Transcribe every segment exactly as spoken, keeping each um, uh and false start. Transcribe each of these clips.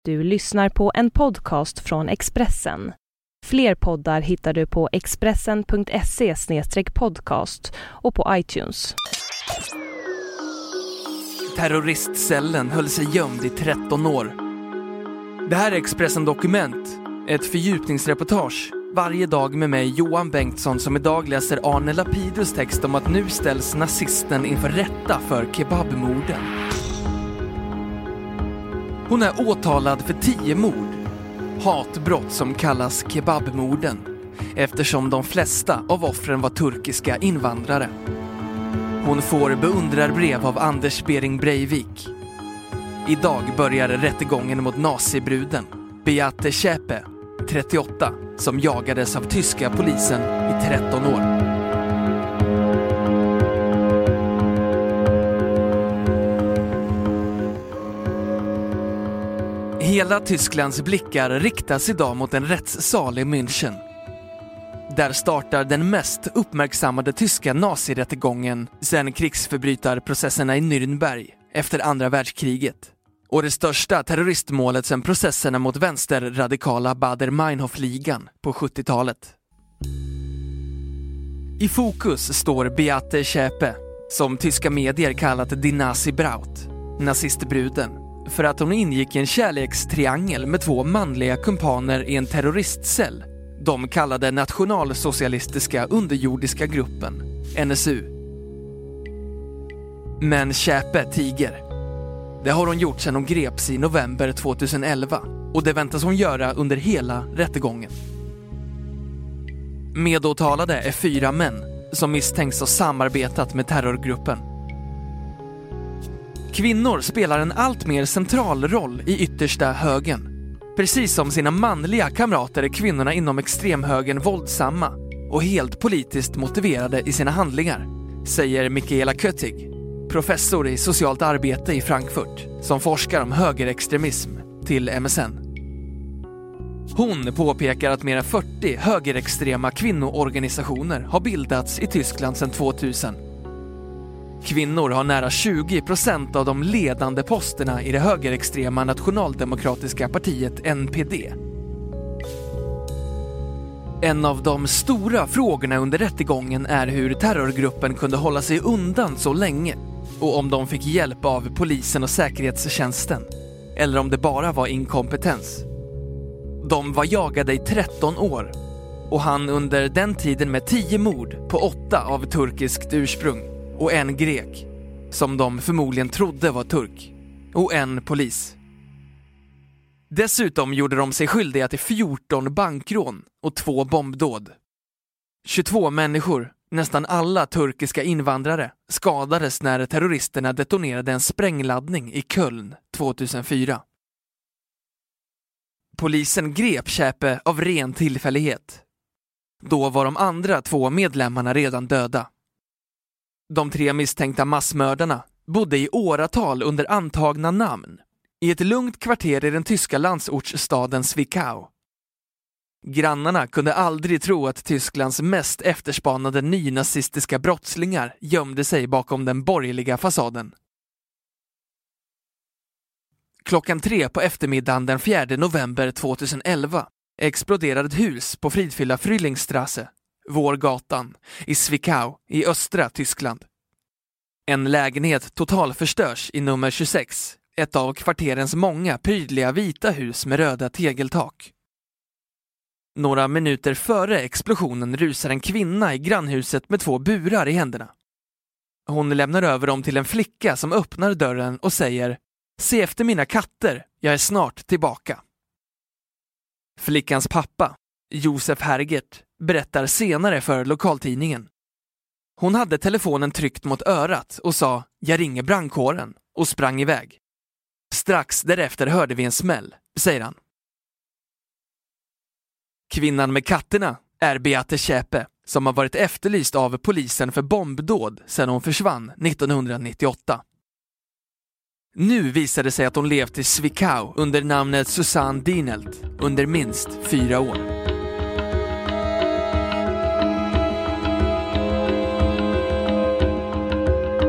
Du lyssnar på en podcast från Expressen. Fler poddar hittar du på expressen punkt se slash podcast och på iTunes. Terroristcellen höll sig gömd i tretton år. Det här är Expressen Dokument, ett fördjupningsreportage varje dag med mig Johan Bengtsson som idag läser Arne Lapidus text om att nu ställs nazisten inför rätta för kebabmorden. Hon är åtalad för tio mord, hatbrott som kallas kebabmorden, eftersom de flesta av offren var turkiska invandrare. Hon får beundrarbrev av Anders Behring Breivik. Idag börjar rättegången mot nazibruden Beate Zschäpe, trettioåtta, som jagades av tyska polisen i tretton år. Hela Tysklands blickar riktas idag mot en rättssal i München. Där startar den mest uppmärksammade tyska nazirättegången sedan krigsförbrytarprocesserna i Nürnberg efter andra världskriget. Och det största terroristmålet sedan processerna mot vänsterradikala Baader-Meinhof-ligan på sjuttiotalet. I fokus står Beate Zschäpe, som tyska medier kallat Die Nazi-Braut, nazistbruden, för att hon ingick i en kärlekstriangel med två manliga kumpaner i en terroristcell. De kallade nationalsocialistiska underjordiska gruppen, N S U. Men Zschäpe tiger. Det har hon gjort sedan hon greps i november tjugoelva och det väntas hon göra under hela rättegången. Medåtalade är fyra män som misstänks ha samarbetat med terrorgruppen. Kvinnor spelar en allt mer central roll i yttersta högern. Precis som sina manliga kamrater är kvinnorna inom extremhögern våldsamma och helt politiskt motiverade i sina handlingar, säger Michaela Köttig, professor i socialt arbete i Frankfurt, som forskar om högerextremism till M S N. Hon påpekar att mer än fyrtio högerextrema kvinnoorganisationer har bildats i Tyskland sedan tvåtusen. Kvinnor har nära tjugo procent av de ledande posterna i det högerextrema nationaldemokratiska partiet N P D. En av de stora frågorna under rättegången är hur terrorgruppen kunde hålla sig undan så länge och om de fick hjälp av polisen och säkerhetstjänsten, eller om det bara var inkompetens. De var jagade i tretton år och han under den tiden med tio mord på åtta av turkiskt ursprung och en grek, som de förmodligen trodde var turk, och en polis. Dessutom gjorde de sig skyldiga till fjorton bankrån och två bombdåd. tjugotvå människor, nästan alla turkiska invandrare, skadades när terroristerna detonerade en sprängladdning i Köln tjugohundrafyra. Polisen grep Zschäpe av ren tillfällighet. Då var de andra två medlemmarna redan döda. De tre misstänkta massmördarna bodde i åratal under antagna namn i ett lugnt kvarter i den tyska landsortsstaden Zwickau. Grannarna kunde aldrig tro att Tysklands mest efterspanade nynazistiska brottslingar gömde sig bakom den borgerliga fasaden. Klockan tre på eftermiddagen den fjärde november tjugoelva exploderade ett hus på fridfulla Frühlingstrasse, Vårgatan, i Zwickau i östra Tyskland. En lägenhet totalförstörs i nummer tjugosex, ett av kvarterens många prydliga vita hus med röda tegeltak. Några minuter före explosionen rusar en kvinna i grannhuset med två burar i händerna. Hon lämnar över dem till en flicka som öppnar dörren och säger: "Se efter mina katter, jag är snart tillbaka." Flickans pappa, Josef Hergert, berättar senare för lokaltidningen: "Hon hade telefonen tryckt mot örat och sa: 'Jag ringer brandkåren', och sprang iväg. Strax därefter hörde vi en smäll", säger han. Kvinnan med katterna är Beate Zschäpe, som har varit efterlyst av polisen för bombdåd sedan hon försvann nittonhundranittioåtta. Nu visade det sig att hon levt i Zwickau under namnet Susanne Dienelt under minst fyra år.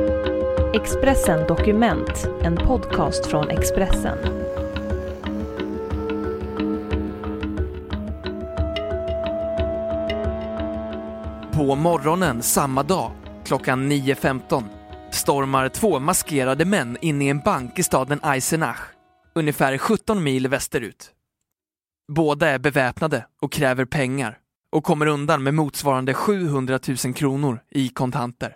Expressen Dokument, en podcast från Expressen. På morgonen samma dag, klockan nio femton, stormar två maskerade män in i en bank i staden Eisenach, ungefär sjutton mil västerut. Båda är beväpnade och kräver pengar och kommer undan med motsvarande sjuhundratusen kronor i kontanter.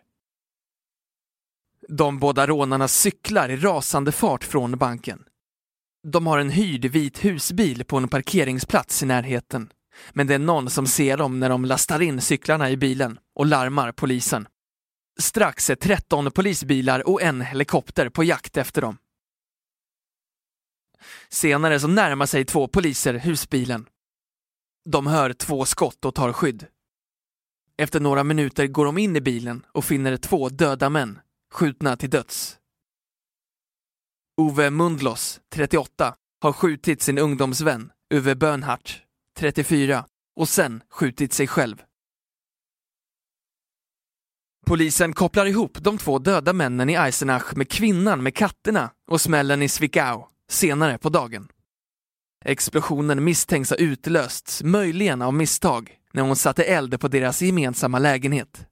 De båda rånarna cyklar i rasande fart från banken. De har en hyrd vit husbil på en parkeringsplats i närheten, men det är någon som ser dem när de lastar in cyklarna i bilen och larmar polisen. Strax är tretton polisbilar och en helikopter på jakt efter dem. Senare så närmar sig två poliser husbilen. De hör två skott och tar skydd. Efter några minuter går de in i bilen och finner två döda män, skjutna till döds. Ove Mundlos, trettioåtta, har skjutit sin ungdomsvän Uwe Bernhardt, trettiofyra, och sen skjutit sig själv. Polisen kopplar ihop de två döda männen i Eisenach med kvinnan med katterna och smällen i Zwickau senare på dagen. Explosionen misstänks ha utlösts, möjligen av misstag, när hon satte eld på deras gemensamma lägenhet.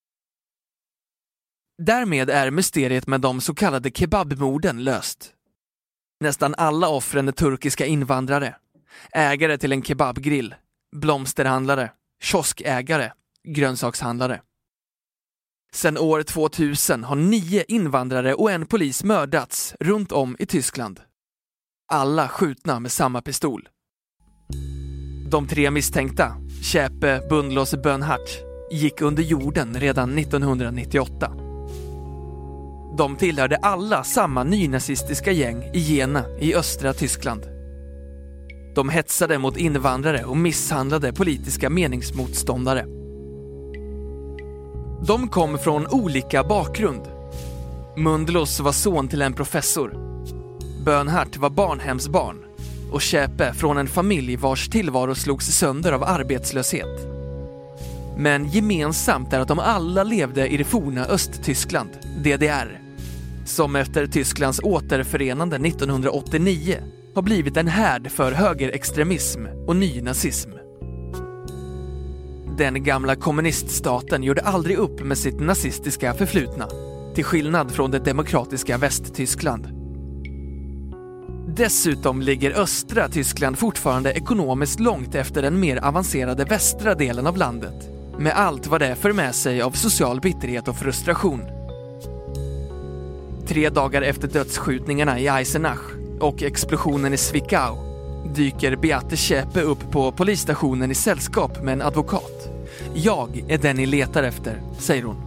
Därmed är mysteriet med de så kallade kebabmorden löst. Nästan alla offren är turkiska invandrare, ägare till en kebabgrill, blomsterhandlare, kioskägare, grönsakshandlare. Sedan år tvåtusen har nio invandrare och en polis mördats runt om i Tyskland. Alla skjutna med samma pistol. De tre misstänkta, Schäpe, Bundlos och Bernhardt, gick under jorden redan nittonhundranittioåtta. De tillhörde alla samma nynazistiska gäng i Jena i östra Tyskland. De hetsade mot invandrare och misshandlade politiska meningsmotståndare. De kom från olika bakgrund. Mundlos var son till en professor. Bernhardt var barnhemsbarn och Schäpe från en familj vars tillvaro slogs sönder av arbetslöshet. Men gemensamt är att de alla levde i det forna Östtyskland, D D R, som efter Tysklands återförenande nittonhundraåttionio har blivit en härd för högerextremism och nynazism. Den gamla kommuniststaten gjorde aldrig upp med sitt nazistiska förflutna, till skillnad från det demokratiska Västtyskland. Dessutom ligger östra Tyskland fortfarande ekonomiskt långt efter den mer avancerade västra delen av landet, med allt vad det för med sig av social bitterhet och frustration. Tre dagar efter dödsskjutningarna i Eisenach och explosionen i Zwickau dyker Beate Schäpe upp på polisstationen i sällskap med en advokat. Jag är den ni letar efter, säger hon.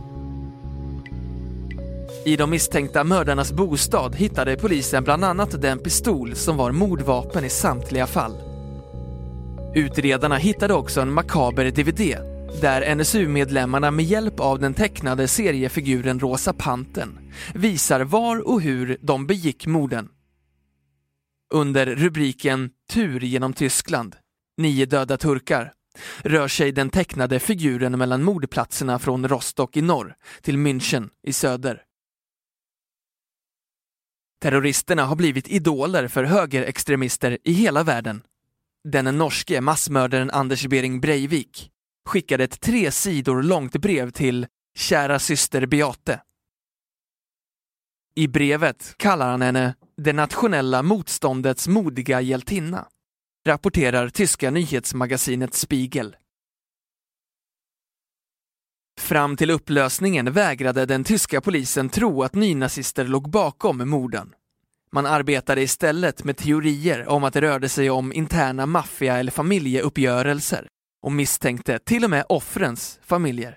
I de misstänkta mördarnas bostad hittade polisen bland annat den pistol som var mordvapen i samtliga fall. Utredarna hittade också en makaber D V D där N S U-medlemmarna med hjälp av den tecknade seriefiguren Rosa Pantern visar var och hur de begick morden. Under rubriken Tur genom Tyskland, nio döda turkar, rör sig den tecknade figuren mellan mordplatserna från Rostock i norr till München i söder. Terroristerna har blivit idoler för högerextremister i hela världen. Den norske massmördaren Anders Behring Breivik skickade ett tre sidor långt brev till kära syster Beate. I brevet kallar han henne det nationella motståndets modiga hjältinna, rapporterar tyska nyhetsmagasinet Spiegel. Fram till upplösningen vägrade den tyska polisen tro att nynazister låg bakom morden. Man arbetade istället med teorier om att det rörde sig om interna maffia- eller familjeuppgörelser och misstänkte till och med offrens familjer.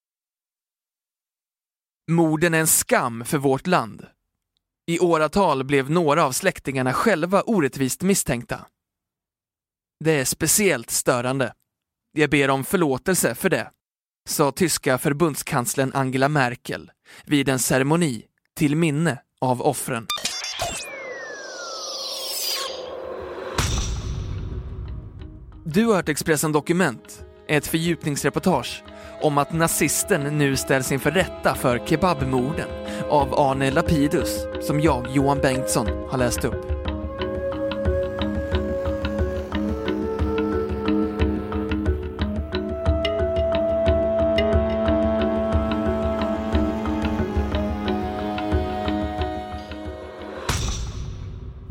Morden är en skam för vårt land. I åratal blev några av släktingarna själva orättvist misstänkta. Det är speciellt störande. Jag ber om förlåtelse för det, sa tyska förbundskanslern Angela Merkel vid en ceremoni till minne av offren. Du har hört Expressen Dokument, ett fördjupningsreportage om att nazisten nu ställs inför rätta för kebabmorden av Arne Lapidus, som jag, Johan Bengtsson, har läst upp.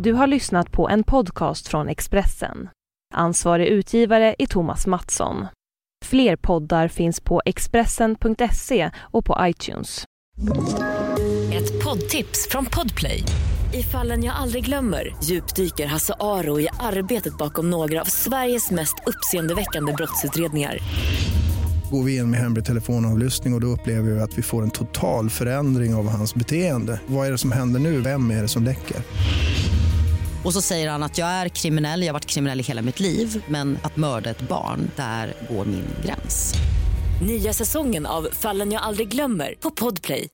Du har lyssnat på en podcast från Expressen. Ansvarig utgivare är Thomas Mattsson. Fler poddar finns på expressen punkt se och på iTunes. Ett poddtips från Podplay. I Fallen jag aldrig glömmer djupdyker Hasse Aro i arbetet bakom några av Sveriges mest uppseendeväckande brottsutredningar. Går vi in med hemlig telefonavlyssning och, och då upplever vi att vi får en total förändring av hans beteende. Vad är det som händer nu? Vem är det som läcker? Och så säger han att jag är kriminell, jag har varit kriminell i hela mitt liv. Men att mörda ett barn, där går min gräns. Nya säsongen av Fallen jag aldrig glömmer på Podplay.